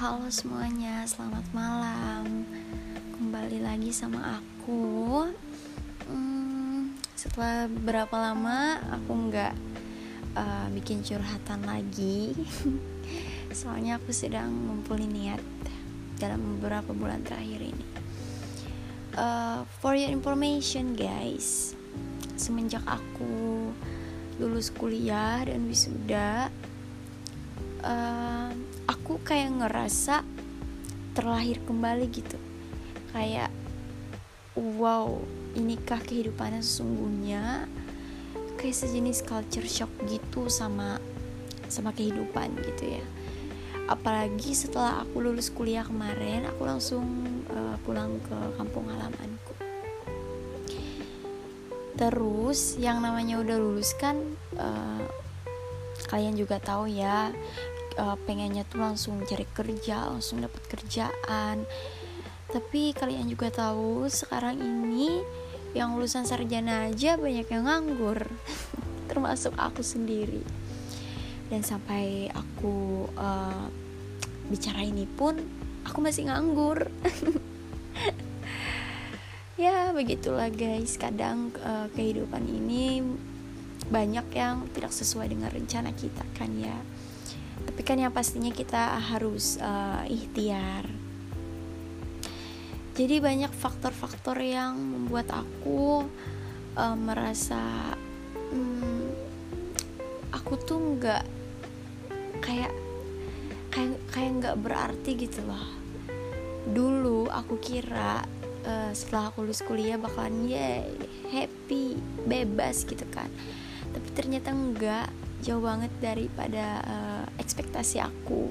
Halo semuanya, selamat malam. Kembali lagi sama aku. Setelah berapa lama aku nggak bikin curhatan lagi. Soalnya aku sedang ngumpulin niat dalam beberapa bulan terakhir ini. For your information guys, semenjak aku lulus kuliah dan wisuda, aku kayak ngerasa terlahir kembali gitu. Kayak wow, inikah kehidupannya sesungguhnya. Kayak sejenis culture shock gitu sama kehidupan gitu ya. Apalagi setelah aku lulus kuliah kemarin, aku langsung pulang ke kampung halamanku. Terus yang namanya udah lulus kan, kalian juga tahu ya, pengennya tuh langsung cari kerja, langsung dapat kerjaan. Tapi kalian juga tahu sekarang ini yang lulusan sarjana aja banyak yang nganggur. Termasuk aku sendiri. Dan sampai aku bicara ini pun aku masih nganggur. Ya begitulah guys, kadang kehidupan ini banyak yang tidak sesuai dengan rencana kita kan ya. Tapi kan yang pastinya kita harus ikhtiar. Jadi banyak faktor-faktor yang membuat aku merasa aku tuh nggak kayak nggak berarti gitu loh. Dulu aku kira setelah aku lulus kuliah bakalan happy, bebas gitu kan. Tapi ternyata enggak, jauh banget daripada ekspektasi aku.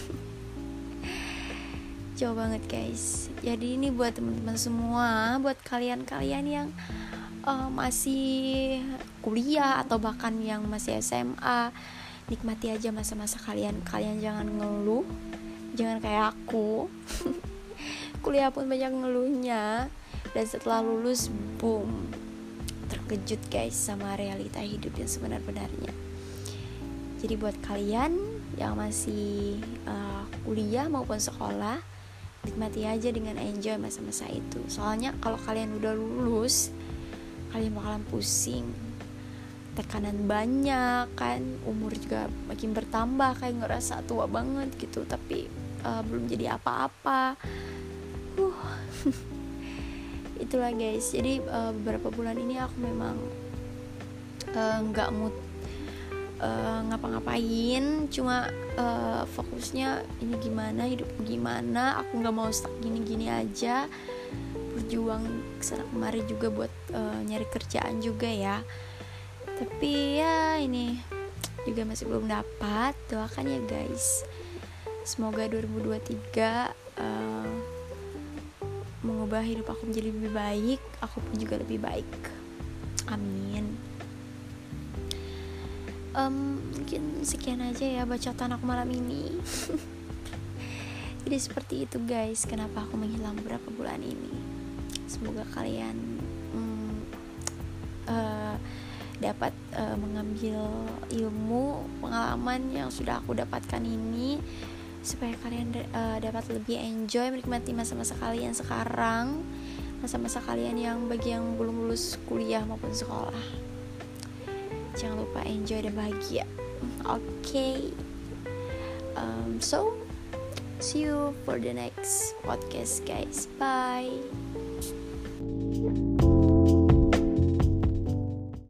Jauh banget guys. Jadi ini buat teman-teman semua, buat kalian-kalian yang masih kuliah atau bahkan yang masih SMA, nikmati aja masa-masa kalian. Kalian jangan ngeluh, jangan kayak aku. Kuliah pun banyak ngeluhnya, dan setelah lulus boom, terkejut guys sama realita hidup yang sebenar-benarnya. Jadi buat kalian yang masih kuliah maupun sekolah, nikmati aja dengan enjoy masa-masa itu. Soalnya kalau kalian udah lulus, kalian bakalan pusing, tekanan banyak kan, umur juga makin bertambah, kayak ngerasa tua banget gitu, tapi belum jadi apa-apa. Itulah guys. Jadi beberapa bulan ini aku memang nggak mood ngapa-ngapain, cuma fokusnya ini gimana, hidup gimana. Aku nggak mau stuck gini-gini aja, berjuang kesana kemari juga buat nyari kerjaan juga ya. Tapi ya ini juga masih belum dapat. Doakan ya guys, semoga 2023 mengubah hidup aku menjadi lebih baik, aku pun juga lebih baik. Amin. Mungkin sekian aja ya bacotan aku malam ini. Jadi seperti itu guys, kenapa aku menghilang beberapa bulan ini. Semoga kalian dapat mengambil ilmu, pengalaman yang sudah aku dapatkan ini, supaya kalian dapat lebih enjoy menikmati masa-masa kalian sekarang, masa-masa kalian yang bagi yang belum lulus kuliah maupun sekolah. Jangan lupa enjoy dan bahagia. Okay. So see you for the next podcast guys. Bye.